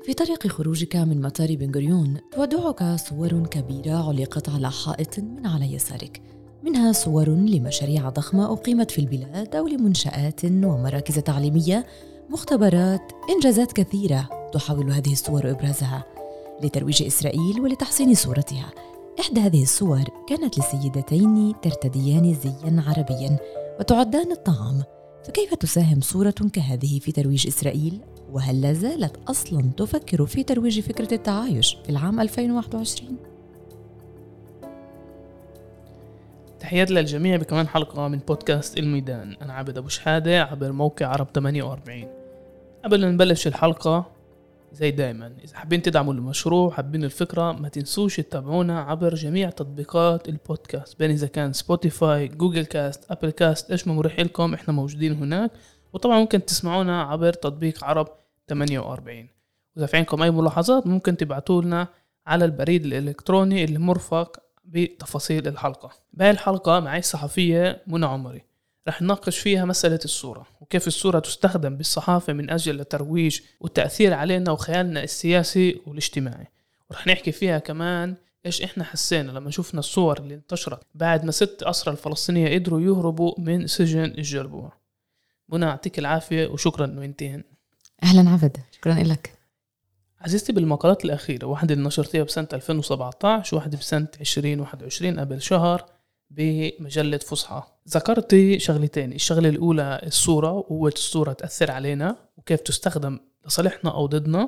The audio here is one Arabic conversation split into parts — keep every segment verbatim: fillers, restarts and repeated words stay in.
في طريق خروجك من مطار بن غوريون تودعك صور كبيرة علقت على حائط من على يسارك، منها صور لمشاريع ضخمة أقيمت في البلاد أو لمنشآت ومراكز تعليمية، مختبرات، إنجازات كثيرة تحاول هذه الصور إبرازها لترويج إسرائيل ولتحسين صورتها. إحدى هذه الصور كانت لسيدتين ترتديان زياً عربياً وتعدان الطعام، فكيف تساهم صورة كهذه في ترويج إسرائيل؟ وهل لا زالت أصلاً تفكر في ترويج فكرة التعايش في العام ألفين وواحد وعشرين؟ تحيات للجميع بكمان حلقة من بودكاست الميدان. أنا عابد أبو شحادة عبر موقع عرب ثمانية وأربعين. قبل أن نبلش الحلقة زي دايما، إذا حابين تدعموا المشروع، حابين الفكرة، ما تنسوش تتابعونا عبر جميع تطبيقات البودكاست، بين إذا كان سبوتيفاي، جوجل كاست، أبل كاست، إيش ما مريح لكم إحنا موجودين هناك. وطبعا ممكن تسمعونا عبر تطبيق عرب ثمانية وأربعين. وإذا في عندكم أي ملاحظات ممكن تبعتوا لنا على البريد الإلكتروني اللي مرفق بتفاصيل الحلقة. بهاي الحلقة معي الصحفية منى عمري، رح نناقش فيها مسألة الصورة وكيف الصورة تستخدم بالصحافة من أجل الترويج والتأثير علينا وخيالنا السياسي والاجتماعي. ورح نحكي فيها كمان إيش إحنا حسينا لما شفنا الصور اللي انتشرت بعد ما ست أسرى الفلسطينية قدروا يهربوا من سجن الجربوع. منى يعطيك العافية وشكرا إنه انتهن. أهلا عبد، شكرا لك. عزيزتي، بالمقالات الأخيرة، واحدة اللي نشرتها بسنة ألفين وسبعة عشر وواحدة بسنة عشرين واحد وعشرين قبل شهر بمجلة فصحى، ذكرتي شغلتين. الشغلة الأولى الصورة وقوة الصورة تأثر علينا وكيف تستخدم لصالحنا أو ضدنا،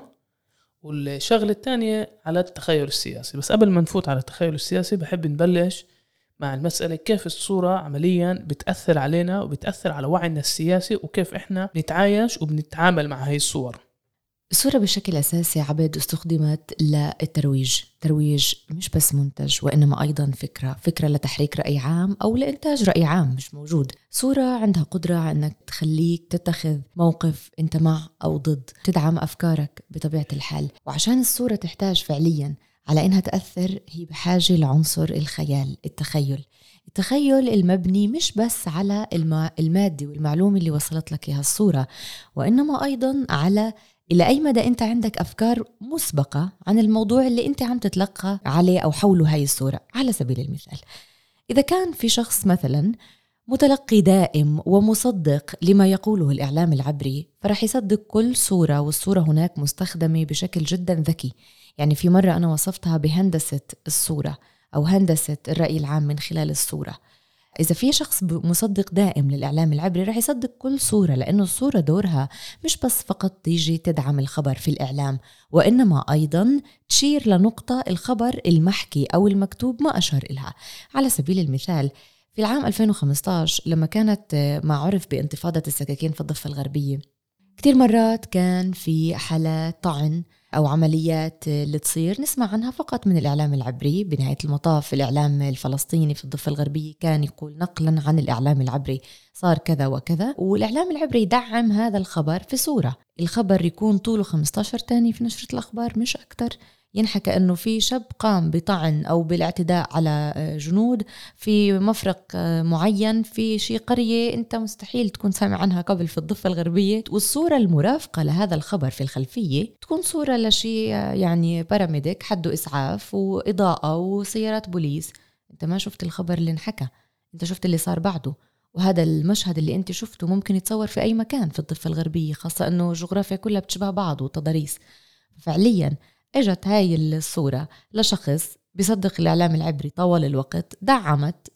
والشغلة الثانية على التخيل السياسي. بس قبل ما نفوت على التخيل السياسي بحب نبلش مع المسألة كيف الصورة عمليا بتأثر علينا وبتأثر على وعينا السياسي وكيف إحنا نتعايش وبنتعامل مع هاي الصور. الصورة بشكل أساسي عبد استخدمت للترويج، ترويج مش بس منتج وإنما أيضا فكرة فكرة لتحريك رأي عام أو لإنتاج رأي عام مش موجود. صورة عندها قدرة على أنك تخليك تتخذ موقف أنت مع أو ضد، تدعم أفكارك بطبيعة الحال. وعشان الصورة تحتاج فعليا على إنها تأثر، هي بحاجة لعنصر الخيال، التخيل التخيل المبني مش بس على المادة والمعلومة اللي وصلت لك إياها الصورة، وإنما أيضا على إلى أي مدى أنت عندك أفكار مسبقة عن الموضوع اللي أنت عم تتلقى عليه أو حوله هاي الصورة. على سبيل المثال، إذا كان في شخص مثلا متلقي دائم ومصدق لما يقوله الإعلام العبري، فرح يصدق كل صورة، والصورة هناك مستخدمة بشكل جدا ذكي. يعني في مرة أنا وصفتها بهندسة الصورة أو هندسة الرأي العام من خلال الصورة. إذا في شخص مصدق دائم للإعلام العبري رح يصدق كل صورة، لأنه الصورة دورها مش بس فقط تيجي تدعم الخبر في الإعلام، وإنما أيضا تشير لنقطة الخبر المحكي أو المكتوب ما أشار إلها. على سبيل المثال، في العام ألفين وخمسة عشر لما كانت ما عرف بانتفاضة السكاكين في الضفة الغربية، كتير مرات كان في حالات طعن أو عمليات اللي تصير نسمع عنها فقط من الإعلام العبري. بنهاية المطاف الإعلام الفلسطيني في الضفة الغربية كان يقول نقلا عن الإعلام العبري صار كذا وكذا، والإعلام العبري يدعم هذا الخبر في صورة. الخبر يكون طوله خمسة عشر تاني في نشرة الأخبار مش أكتر، ينحكى أنه في شاب قام بطعن أو بالاعتداء على جنود في مفرق معين في شي قرية أنت مستحيل تكون سامع عنها قبل في الضفة الغربية، والصورة المرافقة لهذا الخبر في الخلفية تكون صورة لشي يعني باراميديك حده إسعاف وإضاءة وسيارات بوليس. أنت ما شفت الخبر اللي انحكى، أنت شفت اللي صار بعده. وهذا المشهد اللي أنت شفته ممكن يتصور في أي مكان في الضفة الغربية، خاصة أنه جغرافيا كلها بتشبه بعض وتضاريس. فعليا اجت هاي الصورة لشخص بيصدق الإعلام العبري طوال الوقت، دعمت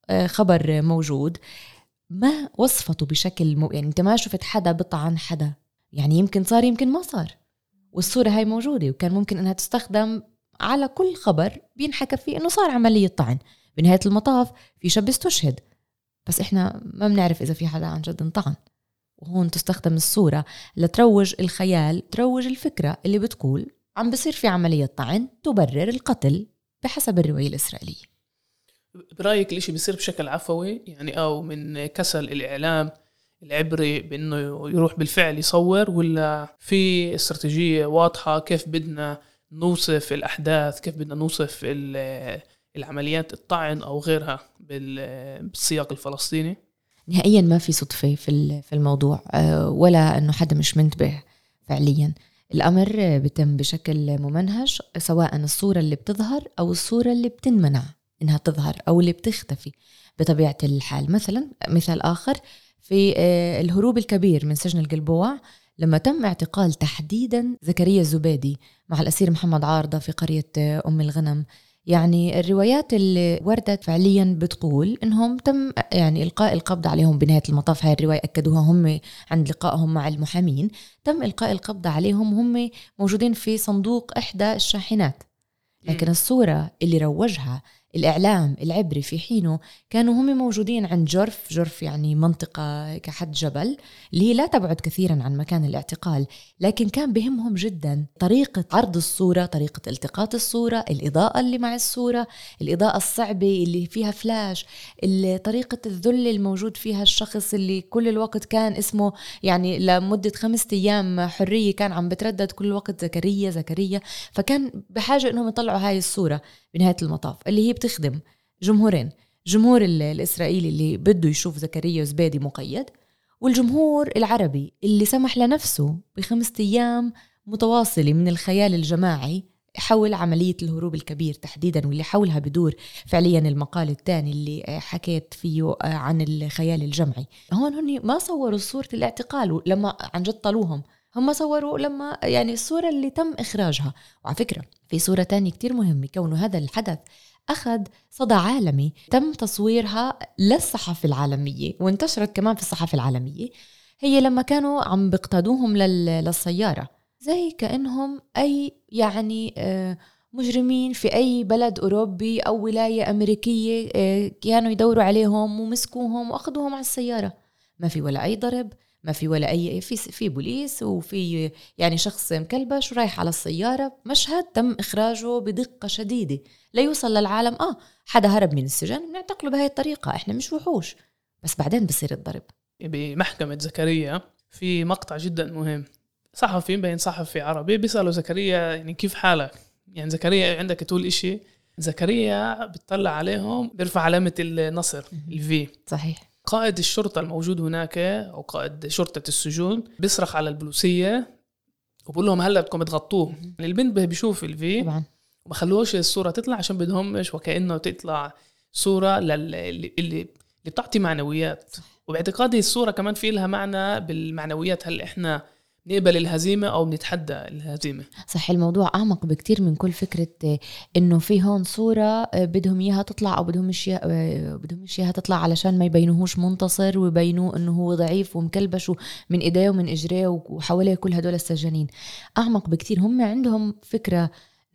خبر موجود، ما وصفته بشكل مو يعني انت ما شفت حدا بطعن حدا، يعني يمكن صار يمكن ما صار، والصورة هاي موجودة وكان ممكن انها تستخدم على كل خبر بينحكى فيه انه صار عملية طعن. بنهاية المطاف في شاب استشهد، بس احنا ما بنعرف اذا في حدا عن جد انطعن. وهون تستخدم الصورة لتروج الخيال، تروج الفكرة اللي بتقول عم بصير في عملية طعن تبرر القتل بحسب الرواية الإسرائيلية. برأيك الاشي بيصير بشكل عفوي يعني، أو من كسل الإعلام العبري بأنه يروح بالفعل يصور، ولا في استراتيجية واضحة كيف بدنا نوصف الأحداث، كيف بدنا نوصف العمليات الطعن أو غيرها بالسياق الفلسطيني؟ نهائيا ما في صدفة في الموضوع ولا أنه حدا مش منتبه فعليا. الأمر بتم بشكل ممنهج، سواء الصورة اللي بتظهر أو الصورة اللي بتنمنع إنها تظهر أو اللي بتختفي بطبيعة الحال. مثلا مثال آخر في الهروب الكبير من سجن القلبوع، لما تم اعتقال تحديدا زكريا الزبيدي مع الأسير محمد عارضة في قرية أم الغنم، يعني الروايات اللي وردت فعليا بتقول إنهم تم يعني إلقاء القبض عليهم بنهاية المطاف. هاي الرواية أكدوها هم عند لقائهم مع المحامين، تم إلقاء القبض عليهم هم موجودين في صندوق إحدى الشاحنات. لكن الصورة اللي روجها الإعلام العبري في حينه كانوا هم موجودين عند جرف جرف يعني منطقة كحد جبل اللي هي لا تبعد كثيرا عن مكان الاعتقال، لكن كان بهمهم جدا طريقة عرض الصورة، طريقة التقاط الصورة، الإضاءة اللي مع الصورة، الإضاءة الصعبة اللي فيها فلاش، طريقة الذل الموجود فيها الشخص اللي كل الوقت كان اسمه يعني لمدة خمسة أيام حرية كان عم بتردد كل الوقت زكريا زكريا. فكان بحاجة إنهم يطلعوا هاي الصورة بنهاية المطاف اللي هي بتخدم جمهورين، جمهور الإسرائيلي اللي بده يشوف زكريا زبيدي مقيد، والجمهور العربي اللي سمح لنفسه بخمسة أيام متواصلة من الخيال الجماعي حول عملية الهروب الكبير تحديدا، واللي حولها بدور فعليا المقال الثاني اللي حكيت فيه عن الخيال الجمعي. هون هني ما صوروا صورة الاعتقال لما عن جد طلوهم، هم صوروا لما يعني الصورة اللي تم إخراجها. وعلى فكرة في صورة تانية كتير مهمة، كونه هذا الحدث أخذ صدى عالمي، تم تصويرها للصحافة العالمية وانتشرت كمان في الصحافة العالمية، هي لما كانوا عم بيقتادوهم للسيارة زي كأنهم أي يعني مجرمين في أي بلد أوروبي أو ولاية أمريكية، كانوا يدوروا عليهم ومسكوهم وأخذوهم على السيارة. ما في ولا أي ضرب، ما في ولا أي في في بوليس وفي يعني شخص مكلبش ورايح على السيارة. مشهد تم إخراجه بدقة شديدة ليوصل للعالم آه حدا هرب من السجن نعتقله بهاي الطريقة، إحنا مش وحوش. بس بعدين بصير الضرب. بمحكمة زكريا في مقطع جدا مهم، صحفي بين صحفي عربي بيسألوا زكريا يعني كيف حالك، يعني زكريا عندك تقول إشي، زكريا بيطلع عليهم بيرفع علامة النصر الفي. صحيح. قائد الشرطة الموجود هناك أو قائد شرطة السجون بيصرخ على البوليسية وبقول لهم هلا بدكم تغطوه. البنت بيشوف الفي طبعا وما خلوش الصورة تطلع عشان بدهمش وكأنه تطلع صورة للي اللي, اللي بتعطي معنويات. وباعتقادي الصورة كمان في لها معنى بالمعنويات، هل إحنا نقبل الهزيمة أو نتحدى الهزيمة. صح، الموضوع أعمق بكتير من كل فكرة إنه في هون صورة بدهم إياها تطلع أو بدهم مش بدهم مش إياها تطلع علشان ما يبينوهوش منتصر ويبينوه إنه هو ضعيف ومكلبش من إيديه ومن إجريه وحواليه كل هدول السجانين. أعمق بكتير، هم عندهم فكرة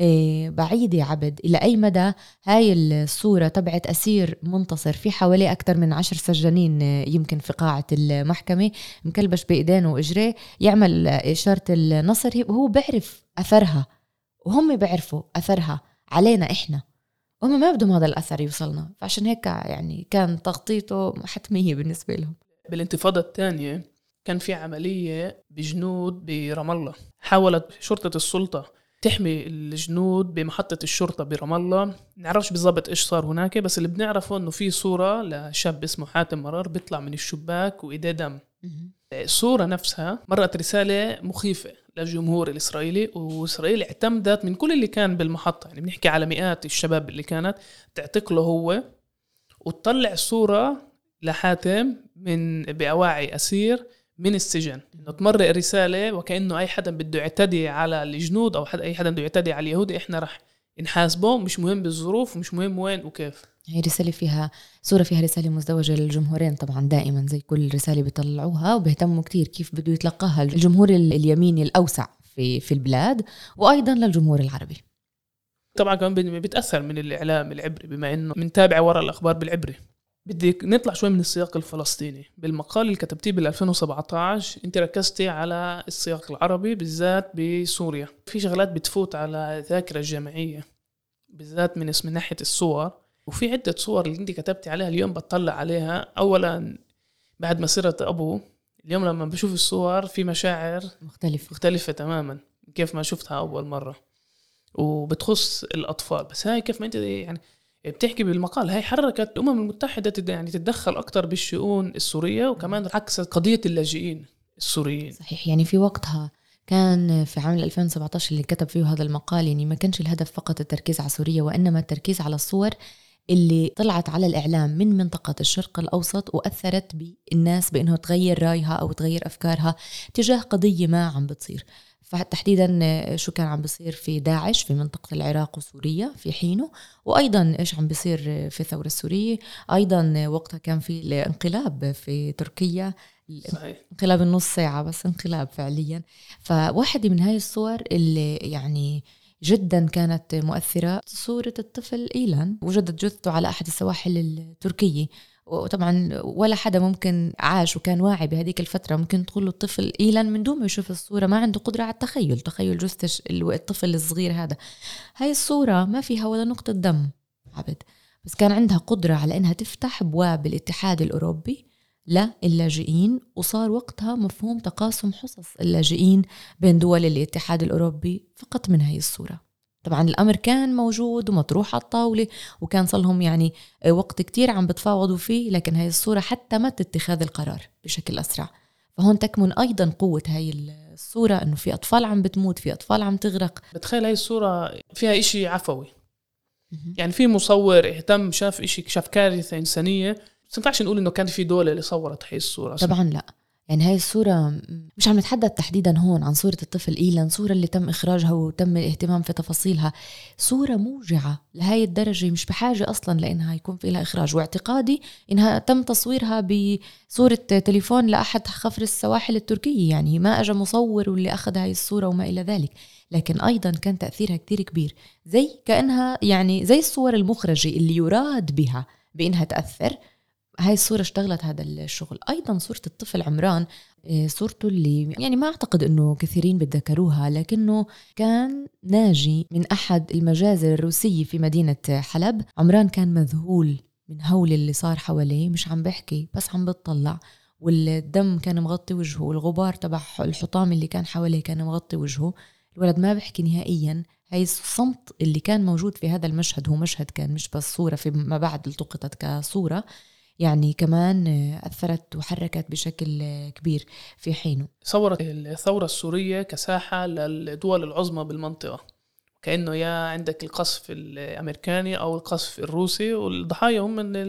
بعيدة عبد إلى أي مدى هاي الصورة تبعت أسير منتصر في حوالي أكثر من عشر سجانين يمكن في قاعة المحكمة مكلبش بإيدينه وإجريه يعمل إشارة النصر، وهو بيعرف أثرها وهم بيعرفوا أثرها علينا إحنا، وهم ما بدهم هذا الأثر يوصلنا. فعشان هيك يعني كان تغطيته حتمية بالنسبة لهم. بالانتفاضة الثانية كان في عملية بجنود برام الله، حاولت شرطة السلطة تحمي الجنود بمحطة الشرطة برام الله. نعرفش بالضبط إيش صار هناك، بس اللي بنعرفه إنه في صورة لشاب اسمه حاتم مرار بيطلع من الشباك وإيديه دم. الصورة نفسها مرت رسالة مخيفة للجمهور الإسرائيلي، وإسرائيل اعتمدت من كل اللي كان بالمحطة، يعني بنحكي على مئات الشباب اللي كانت تعتقله هو، وتطلع صورة لحاتم من بأواعي أسير من السجن، إنه تمرق رسالة وكأنه أي حدا بده يعتدي على الجنود أو حدا أي حدا بده يعتدي على اليهود إحنا رح نحاسبه، مش مهم بالظروف ومش مهم وين وكيف. هي رسالة فيها صورة فيها رسالة مزدوجة للجمهورين طبعا دائما زي كل رسالة بيطلعوها، وبيهتموا كتير كيف بده يتلقاها الجمهور اليميني الأوسع في في البلاد وأيضا للجمهور العربي. طبعا كمان بيتأثر من الإعلام العبري بما إنه منتابع وراء الأخبار بالعبري. بدي نطلع شوي من السياق الفلسطيني. بالمقال اللي كتبتيه بال ألفين وسبعة عشر انت ركزتي على السياق العربي بالذات بسوريا. في شغلات بتفوت على الذاكرة الجماعية بالذات من اسم ناحية الصور، وفي عدة صور اللي انت كتبتي عليها اليوم بتطلع عليها. أولا بعد ما صرت أبو، اليوم لما بشوف الصور في مشاعر مختلفة مختلفة تماما كيف ما شفتها أول مرة، وبتخص الأطفال. بس هاي كيف ما انت يعني بتحكي بالمقال، هاي حركت الأمم المتحدة يعني تتدخل أكتر بالشؤون السورية، وكمان عكست قضية اللاجئين السوريين. صحيح، يعني في وقتها كان في عام ألفين وسبعة عشر اللي كتب فيه هذا المقال، يعني ما كانش الهدف فقط التركيز على سوريا، وإنما التركيز على الصور اللي طلعت على الإعلام من منطقة الشرق الأوسط وأثرت بالناس بأنه تغير رأيها أو تغير أفكارها تجاه قضية ما عم بتصير. فتحديدا شو كان عم بيصير في داعش في منطقة العراق وسوريا في حينه، وأيضا إيش عم بيصير في الثورة السورية. أيضا وقتها كان في الانقلاب في تركيا، صحيح. انقلاب النص ساعة بس انقلاب فعليا. فواحدة من هاي الصور اللي يعني جدا كانت مؤثرة صورة الطفل إيلان وجدت جثته على أحد السواحل التركية. وطبعا ولا حدا ممكن عاش وكان واعي بهذيك الفترة ممكن تقول له الطفل إيلان من دون ما يشوف الصورة ما عنده قدرة على التخيل تخيل جثة الطفل الصغير هذا. هاي الصورة ما فيها ولا نقطة دم عبد، بس كان عندها قدرة على أنها تفتح أبواب الاتحاد الأوروبي للاجئين، وصار وقتها مفهوم تقاسم حصص اللاجئين بين دول الاتحاد الأوروبي فقط من هاي الصورة. طبعا الأمر كان موجود ومطروح على الطاولة وكان صلهم يعني وقت كتير عم بتفاوضوا فيه، لكن هاي الصورة حتى ما تتخاذ القرار بشكل أسرع. فهون تكمن أيضا قوة هاي الصورة، أنه في أطفال عم بتموت، في أطفال عم تغرق. بتخيل هاي الصورة فيها إشي عفوي، يعني في مصور اهتم شاف إشي شاف كارثة إنسانية، بس ينفعش نقول إنه كان في دولة اللي صورت هاي الصورة. طبعا لا، يعني هاي الصورة مش عم نتحدث تحديدا هون عن صورة الطفل إيلان، صورة اللي تم إخراجها وتم الاهتمام في تفاصيلها، صورة موجعة لهاي الدرجة مش بحاجة أصلا لأنها يكون في لها إخراج. واعتقادي إنها تم تصويرها بصورة تليفون لأحد خفر السواحل التركية، يعني ما أجا مصور واللي أخذ هاي الصورة وما إلى ذلك. لكن أيضا كان تأثيرها كتير كبير، زي كأنها يعني زي الصور المخرجة اللي يراد بها بإنها تأثر. هاي الصورة اشتغلت هذا الشغل. أيضا صورة الطفل عمران، صورته اللي يعني ما أعتقد أنه كثيرين بتذكروها، لكنه كان ناجي من أحد المجازر الروسية في مدينة حلب. عمران كان مذهول من هول اللي صار حواليه، مش عم بحكي بس عم بتطلع، والدم كان مغطي وجهه والغبار تبع الحطام اللي كان حواليه كان مغطي وجهه. الولد ما بحكي نهائيا. هاي الصمت اللي كان موجود في هذا المشهد هو مشهد كان مش بس صورة في ما بعد التقطت كصورة، يعني كمان أثرت وحركت بشكل كبير في حينه. صورت الثورة السورية كساحة للدول العظمى بالمنطقة، كأنه يا عندك القصف الأمريكاني أو القصف الروسي، والضحايا هم من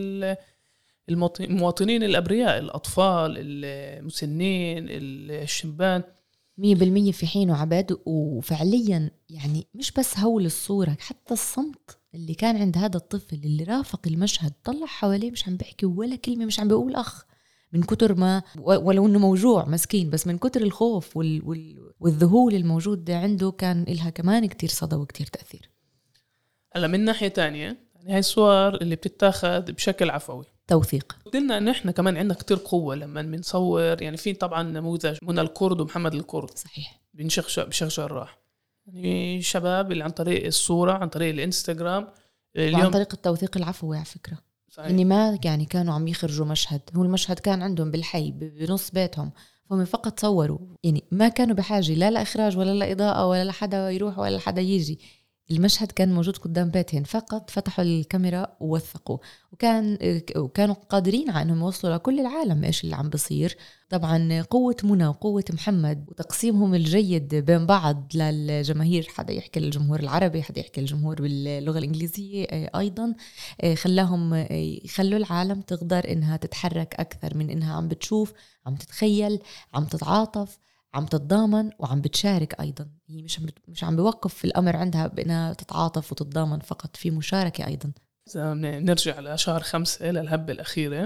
المواطنين الأبرياء، الأطفال، المسنين، الشبان، مية بالمية في حينه عباد. وفعليا يعني مش بس هول الصورة، حتى الصمت اللي كان عند هذا الطفل اللي رافق المشهد، طلع حواليه مش عم بحكي ولا كلمة، مش عم بيقول أخ من كتر ما، ولو أنه موجوع مسكين، بس من كتر الخوف وال وال والذهول الموجود عنده كان إلها كمان كتير صدى وكتير تأثير. هلا من ناحية تانية، يعني هاي الصور اللي بتتاخد بشكل عفوي توثيق. قلنا إن إحنا كمان عندنا كتير قوة لما بنصور. يعني في طبعا نموذج منى الكرد ومحمد الكرد، صحيح، بنشخ بشخ جراح، يعني شباب اللي عن طريق الصورة، عن طريق الانستغرام، وعن طريق التوثيق العفوي على فكرة. صحيح. إني ما يعني كانوا عم يخرجوا مشهد، هو المشهد كان عندهم بالحي بنص بيتهم، فهم فقط صوروا، يعني ما كانوا بحاجة لا لإخراج ولا لإضاءة ولا لحدا يروح ولا لحدا يجي. المشهد كان موجود قدام بيتهم، فقط فتحوا الكاميرا ووثقوا، وكان وكانوا قادرين على أنهم يوصلوا لكل العالم إيش اللي عم بصير. طبعا قوة منى وقوة محمد وتقسيمهم الجيد بين بعض للجماهير، حدا يحكي للجمهور العربي، حدا يحكي للجمهور باللغة الإنجليزية، أيضا خلاهم يخلوا العالم تقدر إنها تتحرك أكثر من إنها عم بتشوف، عم تتخيل، عم تتعاطف، عم تتضامن وعم بتشارك. أيضا هي مش عم مش عم بوقف في الأمر عندها بأنها تتعاطف وتتضامن فقط، في مشاركة أيضا. نرجع لشهر خمسة للهبة الأخيرة،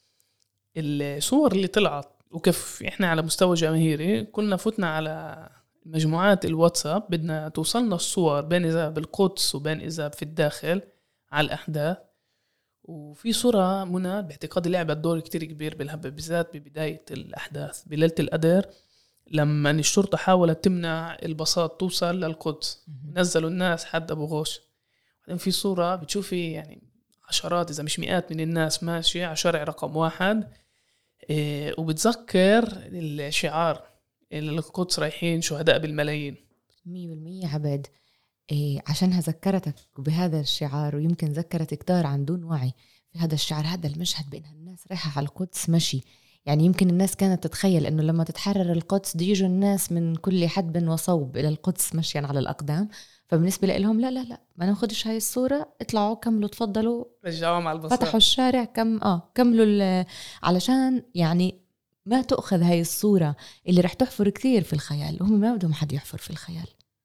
الصور اللي طلعت وكيف إحنا على مستوى جماهيري كلنا فتنا على مجموعات الواتساب بدنا توصلنا الصور بين إذا بالقدس وبين إذا في الداخل على الأحداث. وفي صورة منى باعتقادي لعبت دور كتير كبير بالهبة، بالذات ببداية الأحداث بليلة القدر، لما الشرطة حاولت تمنع الباصات توصل للقدس، نزلوا الناس حد أبو غوش. بعدين في صورة بتشوفي يعني عشرات إذا مش مئات من الناس ماشية على شارع رقم واحد، إيه، وبتذكر الشعار القدس رايحين شهداء بالملايين. مية بالمية عبد، إيه، عشانها ذكرتك بهذا الشعار، ويمكن ذكرت كتار عن دون وعي في هذا الشعار، هذا المشهد بأن الناس رايحة على القدس مشي. يعني يمكن الناس كانت تتخيل أنه لما تتحرر القدس دي يجوا الناس من كل حدب وصوب إلى القدس مشيا على الأقدام، فبالنسبة لهم لا لا لا ما ناخدش هاي الصورة، اطلعوا كملوا تفضلوا رجعوا مع البصر، فتحوا الشارع كم آه كملوا علشان يعني ما تأخذ هاي الصورة اللي رح تحفر كثير في الخيال، وهم ما بدهم حد يحفر في الخيال.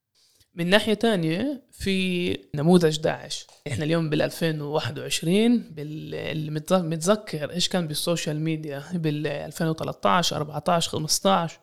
من ناحية تانية في نموذج داعش، احنا اليوم بالألفين وواحد وعشرين اللي متذكر ايش كان بالسوشيال ميديا بالألفين وثلاثة عشر أربعة عشر خمسة عشر،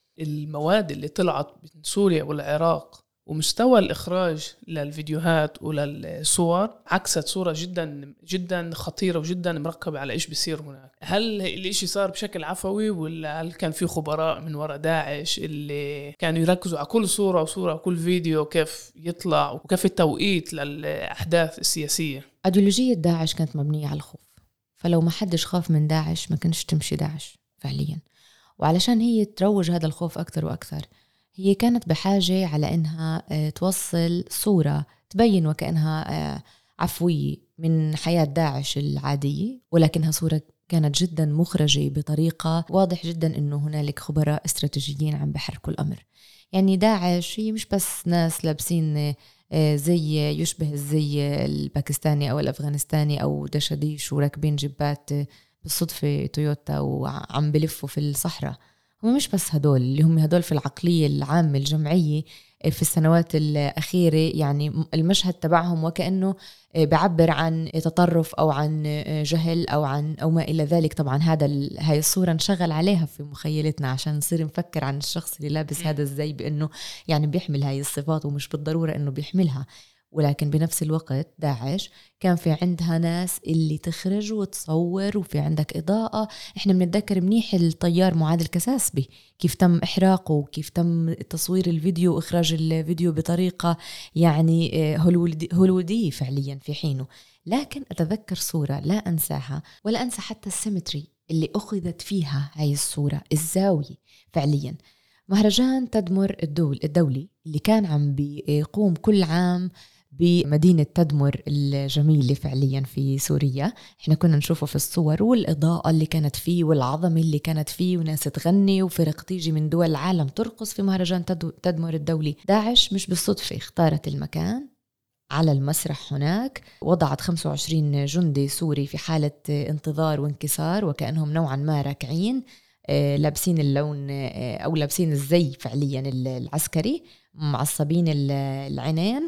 المواد اللي طلعت من سوريا والعراق ومستوى الإخراج للفيديوهات وللصور عكست صورة جدا جدا خطيرة وجدا مركبة على إيش بيصير هناك. هل الإشي صار بشكل عفوي ولا هل كان في خبراء من وراء داعش اللي كانوا يركزوا على كل صورة وصورة وكل فيديو كيف يطلع وكيف التوقيت للأحداث السياسية؟ أيديولوجية داعش كانت مبنية على الخوف، فلو ما حدش خاف من داعش ما كانش تمشي داعش فعليا. وعلشان هي تروج هذا الخوف أكتر وأكثر، هي كانت بحاجة على إنها توصل صورة تبين وكأنها عفوية من حياة داعش العادية، ولكنها صورة كانت جدا مخرجة بطريقة واضح جدا إنه هنالك خبراء استراتيجيين عم بحركوا الأمر. يعني داعش هي مش بس ناس لابسين زي يشبه الزي الباكستاني أو الأفغانستاني أو دشديش وراكبين جبات بالصدفة تويوتا وعم بلفوا في الصحراء. هم مش بس هدول اللي هم هدول في العقلية العامة الجمعية في السنوات الأخيرة، يعني المشهد تبعهم وكأنه بعبر عن تطرف أو عن جهل أو عن أو ما إلى ذلك. طبعا هذا هاي الصورة نشغل عليها في مخيلتنا عشان نصير نفكر عن الشخص اللي لابس هذا الزي بأنه يعني بيحمل هاي الصفات، ومش بالضرورة أنه بيحملها. ولكن بنفس الوقت داعش كان في عندها ناس اللي تخرج وتصور، وفي عندك إضاءة. إحنا بنتذكر منيح الطيار معاذ الكساسبي كيف تم إحراقه وكيف تم تصوير الفيديو وإخراج الفيديو بطريقة يعني هوليودية فعليا في حينه. لكن أتذكر صورة لا أنساها ولا أنسى حتى السيمتري اللي أخذت فيها هاي الصورة، الزاوية فعليا. مهرجان تدمر الدول الدولي اللي كان عم بيقوم كل عام بمدينة تدمر الجميلة فعليا في سوريا، احنا كنا نشوفه في الصور والإضاءة اللي كانت فيه والعظمة اللي كانت فيه وناس تغني وفرق تيجي من دول العالم ترقص في مهرجان تدمر الدولي. داعش مش بالصدفة اختارت المكان على المسرح هناك، وضعت خمسة وعشرين جندي سوري في حالة انتظار وانكسار وكأنهم نوعا ما راكعين لابسين اللون أو لابسين الزي فعليا العسكري، معصبين العينين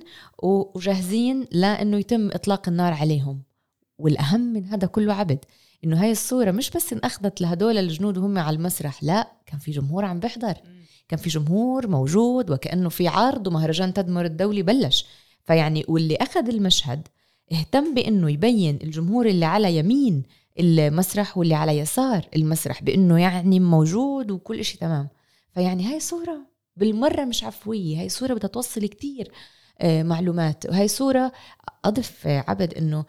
وجاهزين لأنه يتم إطلاق النار عليهم. والأهم من هذا كله عبد إنه هاي الصورة مش بس انأخذت لهدول الجنود وهم على المسرح، لا كان في جمهور عم بيحضر، كان في جمهور موجود وكأنه في عرض ومهرجان تدمر الدولي بلش. فيعني واللي أخذ المشهد اهتم بأنه يبين الجمهور اللي على يمين المسرح واللي على يسار المسرح بأنه يعني موجود وكل إشي تمام. فيعني هاي صورة بالمرة مش عفوية، هاي صورة بدها توصل كتير آه معلومات. وهاي صورة أضف آه عبد أنه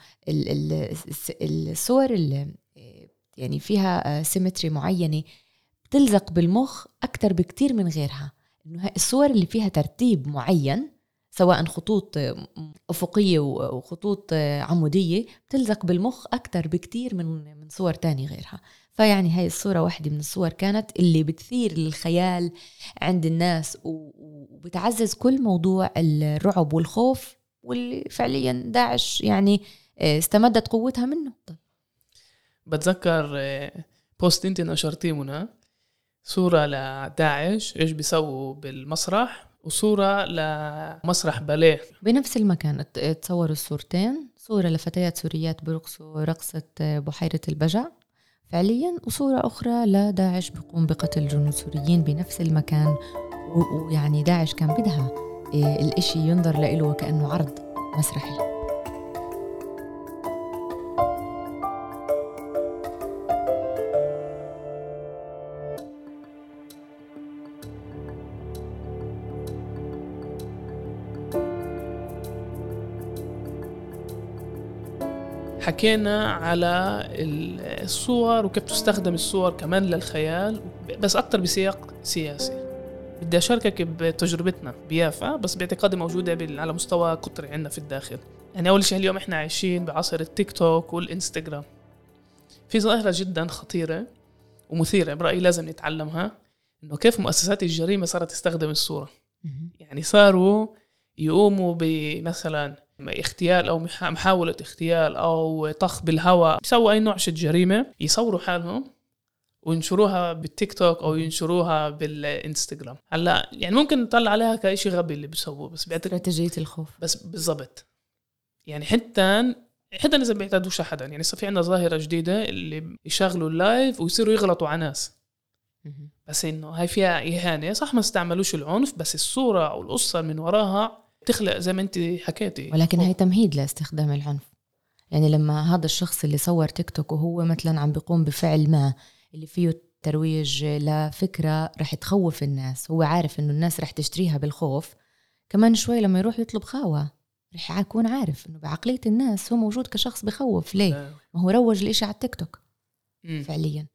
الصور اللي يعني فيها آه سيمتري معينة بتلزق بالمخ أكتر بكتير من غيرها. إنه الصور اللي فيها ترتيب معين سواء خطوط أفقية وخطوط عمودية بتلزق بالمخ أكتر بكتير من من صور تاني غيرها. فيعني هاي الصورة واحدة من الصور كانت اللي بتثير الخيال عند الناس وبتعزز كل موضوع الرعب والخوف، واللي فعليا داعش يعني استمدت قوتها منه. بتذكر بوست انت نشرتيه منى، صورة لداعش ايش بيسووا بالمسرح وصورة لمسرح باليه بنفس المكان. تصوروا الصورتين، صورة لفتيات سوريات برقصوا رقصة بحيرة البجع فعليا، وصورة أخرى لداعش بيقوم بقتل جنود سوريين بنفس المكان. ويعني داعش كان بدها الاشي ينظر له وكأنه عرض مسرحي. حكينا على الصور وكيف تستخدم الصور كمان للخيال، بس أكتر بسياق سياسي. بدي أشاركك بتجربتنا بيافا بس باعتقادي موجودة على مستوى قطري عندنا في الداخل. يعني أول شيء اليوم إحنا عايشين بعصر التيك توك والإنستغرام، في ظاهرة جدا خطيرة ومثيرة برأيي لازم نتعلمها، إنه كيف مؤسسات الجريمة صارت تستخدم الصورة. يعني صاروا يقوموا بمثلا اغتيال أو محاولة اغتيال أو طخ بالهواء، يسووا أي نوع من جريمة، يصوروا حالهم وينشروها بالتيك توك أو ينشروها بالإنستغرام. هلا يعني ممكن نطلع عليها كأشي غبي اللي بيسووه، بس بيعتقد استراتيجية الخوف. بس بالضبط. يعني حتى حتى إذا بيعتادوش أحدا، يعني صار في عنا ظاهرة جديدة اللي يشغلوا اللايف ويصيروا يغلطوا على ناس، بس إنه هاي فيها إهانة. صح ما استعملوش العنف، بس الصورة أو القصة من وراها تخلق زي ما أنت حكيتي، ولكن هاي تمهيد لاستخدام العنف. يعني لما هذا الشخص اللي صور تيك توك وهو مثلا عم بيقوم بفعل ما اللي فيه ترويج لفكرة رح تخوف الناس، هو عارف إنه الناس رح تشتريها بالخوف، كمان شوي لما يروح يطلب خاوة رح يكون عارف إنه بعقلية الناس هو موجود كشخص بخوف. ليه؟ ما هو روج الإشي على التيك توك فعليا،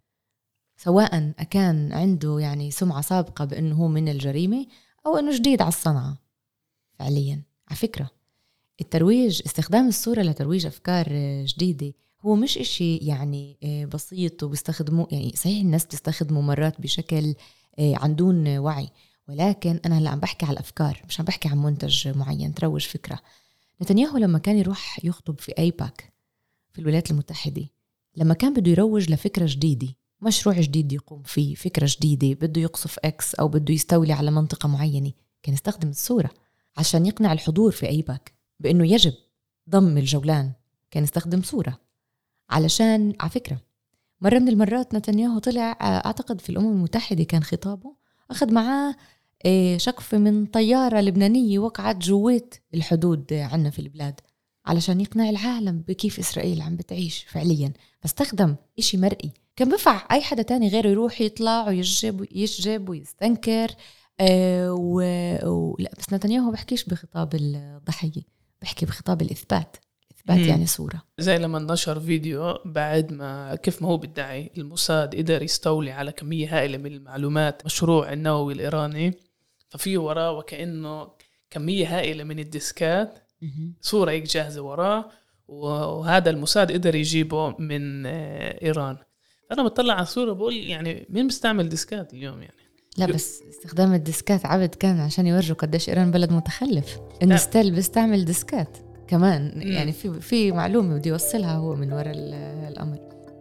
سواء كان عنده يعني سمعة سابقة بأنه هو من الجريمة أو أنه جديد على الصنعة فعليا. على فكرة الترويج، استخدام الصورة لترويج أفكار جديدة هو مش إشي يعني بسيط وبيستخدموه، يعني صحيح الناس بتستخدمه مرات بشكل عندون وعي، ولكن أنا هلأ عم بحكي على الأفكار، مش عم بحكي عن منتج معين تروج فكرة. نتنياهو لما كان يروح يخطب في أيباك في الولايات المتحدة، لما كان بده يروج لفكرة جديدة، مشروع جديد يقوم فيه، فكرة جديدة، بده يقصف إكس أو بده يستولي على منطقة معينة، كان يستخدم الصورة عشان يقنع الحضور في أيباك بأنه يجب ضم الجولان. كان يستخدم صورة علشان، على فكرة مرة من المرات نتنياهو طلع أعتقد في الأمم المتحدة كان خطابه، أخذ معاه شقفة من طيارة لبنانية وقعت جوات الحدود عنا في البلاد علشان يقنع العالم بكيف إسرائيل عم بتعيش فعليا. فاستخدم إشي مرئي، كان بفع أي حدا تاني غيره يروح يطلع ويجب ويشجب ويستنكر أه و... و... لا بس نتنياهو بحكيش بخطاب الضحية، بحكي بخطاب الإثبات. إثبات مم. يعني صورة. زي لما نشر فيديو بعد ما كيف ما هو بيدعي الموساد قدر يستولي على كمية هائلة من المعلومات مشروع النووي الإيراني، ففيه وراه وكأنه كمية هائلة من الديسكات، مم. صورة هيك جاهزة وراه، وهذا الموساد قدر يجيبه من إيران. أنا بطلع على الصورة بقول يعني مين بيستعمل ديسكات اليوم؟ يعني لا بس استخدام الديسكات عبد كان عشان يورجوا قديش إيران بلد متخلف، إنه ستيل بيستعمل ديسكات كمان. م. يعني في في معلومة بدي يوصلها هو من وراء الأمر.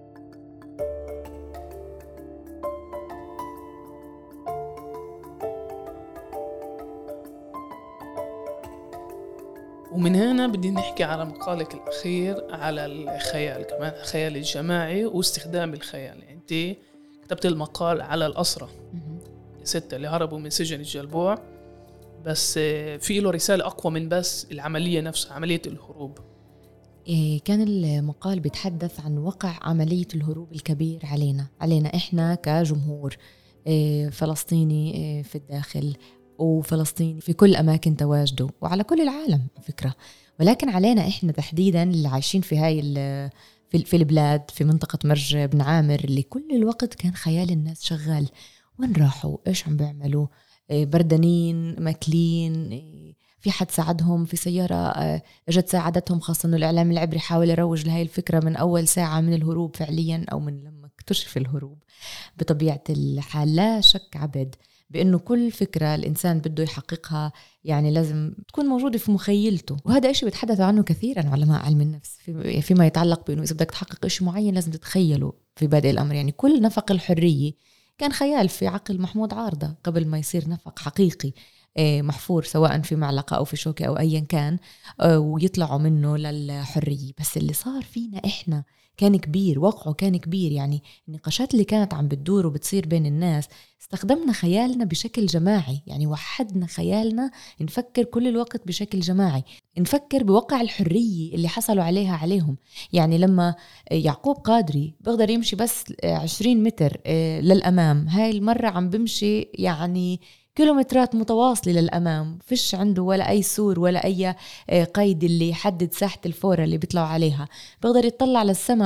ومن هنا بدي نحكي على مقالك الأخير على الخيال، كمان الخيال الجماعي واستخدام الخيال. يعني أنت كتبت المقال على الأسرة ستة اللي هربوا من سجن الجلبوع، بس في له رسالة أقوى من بس العملية نفسها، عملية الهروب. كان المقال بيتحدث عن وقع عملية الهروب الكبير علينا علينا إحنا كجمهور فلسطيني في الداخل وفلسطيني في كل أماكن تواجده وعلى كل العالم فكرة، ولكن علينا إحنا تحديدا اللي عايشين في هاي في البلاد في منطقة مرج بن عامر اللي كل الوقت كان خيال الناس شغال، وين راحوا، إيش عم بيعملوا، بردانين، ماكلين، في حد ساعدهم، في سيارة اجت ساعدتهم، خاصة إنه الإعلام العبري حاول يروج لهاي الفكرة من أول ساعة من الهروب فعليا أو من لما اكتشف الهروب. بطبيعة الحال لا شك عبد بأنه كل فكرة الإنسان بده يحققها يعني لازم تكون موجودة في مخيلته، وهذا إشي بيتحدث عنه كثيرا علماء علم النفس في فيما يتعلق بأنه إذا بدك تحقق إشي معين لازم تتخيله في بادئ الأمر. يعني كل نفق الحرية كان خيال في عقل محمود عارضة قبل ما يصير نفق حقيقي محفور سواء في معلقة أو في شوكة أو أيا كان ويطلعوا منه للحرية. بس اللي صار فينا إحنا كان كبير، وقعه كان كبير. يعني النقاشات اللي كانت عم بتدور وبتصير بين الناس استخدمنا خيالنا بشكل جماعي، يعني وحدنا خيالنا، نفكر كل الوقت بشكل جماعي، نفكر بوقع الحرية اللي حصلوا عليها عليهم. يعني لما يعقوب قادري بقدر يمشي بس عشرين متر للأمام، هاي المرة عم بمشي يعني كيلومترات متواصلة للأمام، فيش عنده ولا أي سور ولا أي قيد اللي يحدد ساحة الفورة اللي بيطلعوا عليها، بقدر يطلع للسماء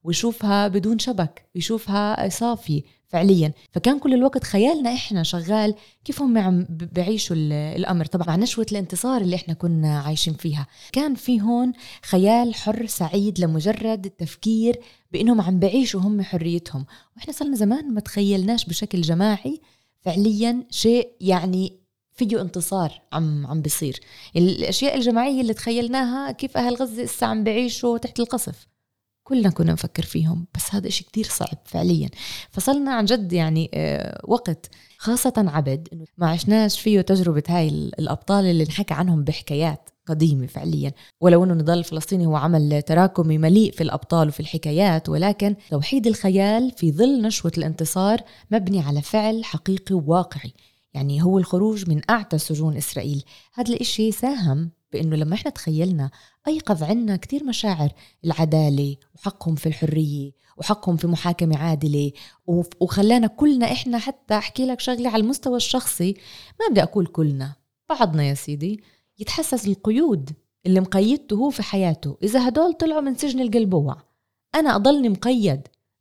ويشوفها بدون شبك، يشوفها صافي فعليا. فكان كل الوقت خيالنا إحنا شغال كيف هم عم بعيشوا الأمر. طبعا مع نشوة الانتصار اللي إحنا كنا عايشين فيها كان في هون خيال حر سعيد لمجرد التفكير بأنهم عم بعيشوا هم حريتهم. وإحنا صلنا زمان ما تخيلناش بشكل جماعي فعليا شيء يعني فيه انتصار عم عم بيصير. الأشياء الجماعية اللي تخيلناها كيف أهل غزة إسا عم بعيشوا تحت القصف كلنا كنا نفكر فيهم، بس هذا إشي كتير صعب فعليا. فصلنا عن جد يعني وقت خاصة عبد إنه ما عشناش فيه تجربة هاي الأبطال اللي نحكي عنهم بحكايات قديمة فعليا. ولو أنه نضال الفلسطيني هو عمل تراكمي مليء في الأبطال وفي الحكايات، ولكن توحيد الخيال في ظل نشوة الانتصار مبني على فعل حقيقي وواقعي. يعني هو الخروج من أعتى سجون إسرائيل. هذا الإشي ساهم بأنه لما إحنا تخيلنا أيقظ عنا كتير مشاعر العدالة وحقهم في الحرية وحقهم في محاكمة عادلة، وخلانا كلنا إحنا حتى أحكي لك شغلة على المستوى الشخصي، ما بدي أقول كلنا، بعضنا يا سيدي يتحسس القيود اللي مقيدته هو في حياته. إذا هدول طلعوا من سجن القلبوع أنا أضلني مقيد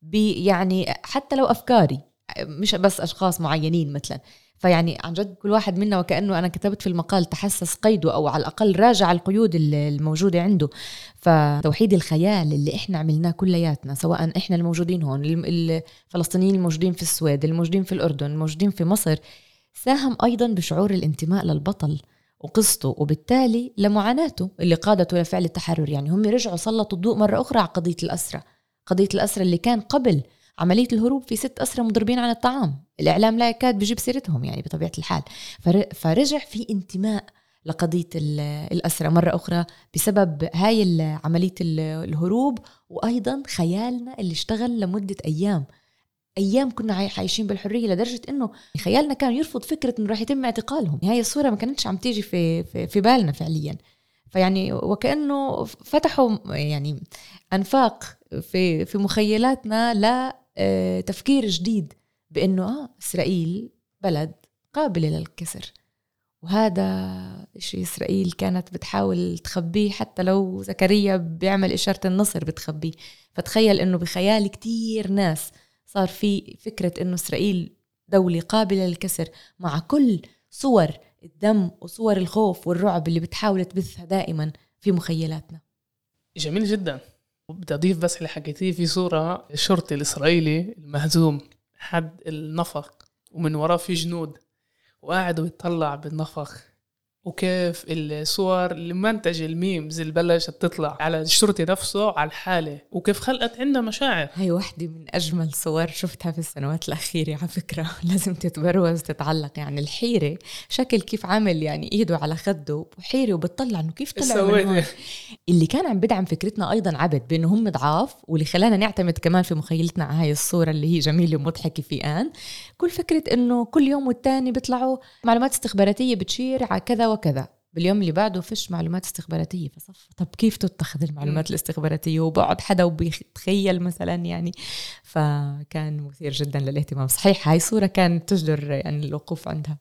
يعني حتى لو أفكاري مش بس أشخاص معينين مثلا. فيعني عن جد كل واحد منا وكأنه أنا كتبت في المقال تحسس قيده أو على الأقل راجع القيود الموجودة عنده. فتوحيد الخيال اللي إحنا عملناه كلياتنا، سواء إحنا الموجودين هون، الفلسطينيين الموجودين في السويد، الموجودين في الأردن، الموجودين في مصر، ساهم أيضا بشعور الانتماء للبطل وقصته، وبالتالي لمعاناته اللي قادته لفعل التحرر. يعني هم رجعوا سلطوا الضوء مرة أخرى على قضية الأسرة، قضية الأسرة اللي كان قبل عملية الهروب في ست أسرة مضربين عن الطعام، الإعلام لا يكاد بيجيب سيرتهم يعني بطبيعة الحال. فرجع في انتماء لقضية الأسرة مرة أخرى بسبب هاي عملية الهروب، وأيضا خيالنا اللي اشتغل لمدة أيام أيام كنا عايشين بالحرية، لدرجة إنه خيالنا كان يرفض فكرة إنه راح يتم اعتقالهم. هاي الصورة ما كانتش عم تيجي في في, في بالنا فعليا. فيعني وكأنه فتحوا يعني أنفاق في في مخيلاتنا لا تفكير جديد بأنه آه إسرائيل بلد قابلة للكسر، وهذا إشي إسرائيل كانت بتحاول تخبيه، حتى لو زكريا بيعمل إشارة النصر بتخبيه. فتخيل إنه بخيال كتير ناس صار في فكرة إنه إسرائيل دولة قابلة للكسر، مع كل صور الدم وصور الخوف والرعب اللي بتحاول تبثها دائما في مخيلاتنا. جميل جدا. بدي أضيف بس اللي حكيتيه في صورة الشرطي الإسرائيلي المهزوم حد النفق ومن وراه في جنود وقاعد يطلع بالنفق، وكيف الصور اللي منتج الميمز اللي بلشت تطلع على الشرطي نفسه على الحالة، وكيف خلقت عندنا مشاعر. هاي واحدة من أجمل صور شفتها في السنوات الأخيرة على فكرة، لازم تتبروز تتعلق. يعني الحيرة شكل كيف عامل يعني إيده على خده وحيرة وبتطلع إنه كيف طلع من هون. اللي كان عم بدعم فكرتنا أيضا عبد بأنه هم ضعاف، واللي خلانا نعتمد كمان في مخيلتنا على هاي الصورة اللي هي جميلة ومضحكة في آن كل فكرة إنه كل يوم والتاني بيطلعوا معلومات استخباراتية بتشير على كذا وكذا، باليوم اللي بعده فيش معلومات استخباراتية. فصف طب كيف تتخذ المعلومات الاستخباراتية؟ وبقعد حدا وبيتخيل مثلا يعني. فكان مثير جدا للاهتمام. صحيح هاي صورة كانت تجدر يعني الوقوف عندها.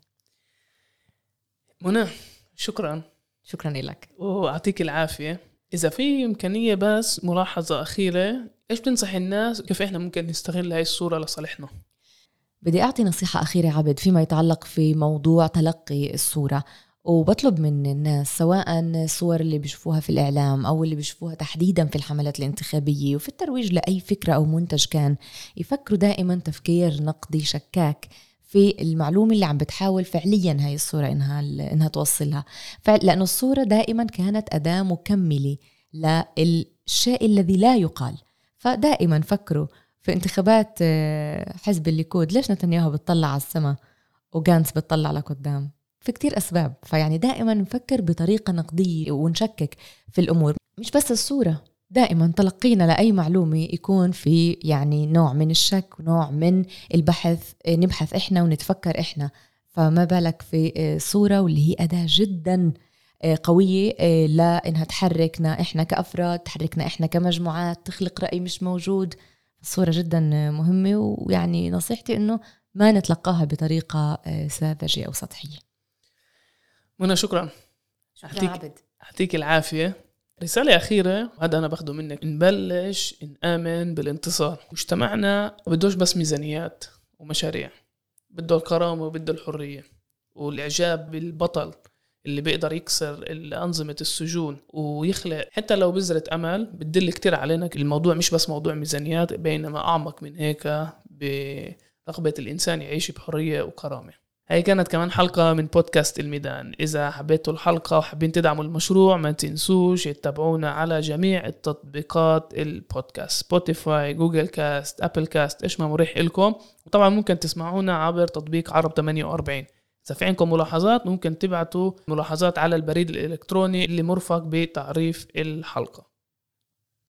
منى شكرا شكرا لك وأعطيك العافية. إذا في إمكانية بس ملاحظة أخيرة، إيش بنصح الناس كيف إحنا ممكن نستغل هاي الصورة لصالحنا؟ بدي أعطي نصيحة أخيرة عبد فيما يتعلق في موضوع تلقي الصورة، وبطلب من الناس سواء الصور اللي بيشوفوها في الإعلام أو اللي بيشوفوها تحديدا في الحملات الانتخابية وفي الترويج لأي فكرة أو منتج كان، يفكروا دائما تفكير نقدي شكاك في المعلومة اللي عم بتحاول فعليا هاي الصورة إنها, إنها توصلها. لأن الصورة دائما كانت أداة مكملة للشيء الذي لا يقال. فدائما فكروا في انتخابات حزب الليكود ليش نتنياهو بتطلع على السماء وغانتس بتطلع لقدام؟ في كتير أسباب. فيعني دائما نفكر بطريقة نقدية ونشكك في الأمور، مش بس الصورة. دائما تلقينا لأي معلومة يكون في يعني نوع من الشك ونوع من البحث، نبحث إحنا ونتفكر إحنا. فما بالك في صورة واللي هي أداة جدا قوية لأنها تحركنا إحنا كأفراد، تحركنا إحنا كمجموعات، تخلق رأي مش موجود. الصورة جدا مهمة، ويعني نصيحتي إنه ما نتلقاها بطريقة ساذجة أو سطحية. منى شكرا. شكرا عبد. أعطيك العافية. رسالة أخيرة هذا أنا باخده منك، نبلش نآمن بالانتصار. مجتمعنا بدوش بس ميزانيات ومشاريع، بده الكرامة وبده الحرية والإعجاب بالبطل اللي بيقدر يكسر أنظمة السجون ويخلق حتى لو بذرة أمل. بتدل كتير علينا الموضوع مش بس موضوع ميزانيات، بينما أعمق من هيك برغبة الإنسان يعيش بحرية وكرامة. هاي كانت كمان حلقة من بودكاست الميدان. إذا حبيتوا الحلقة وحابين تدعموا المشروع ما تنسوش تتابعونا على جميع التطبيقات البودكاست، سبوتيفاي، جوجل كاست، أبل كاست، إيش ما مريح إلكم. وطبعا ممكن تسمعونا عبر تطبيق عرب ثمانية وأربعين. إذا في عندكم ملاحظات ممكن تبعتوا ملاحظات على البريد الإلكتروني اللي مرفق بتعريف الحلقة.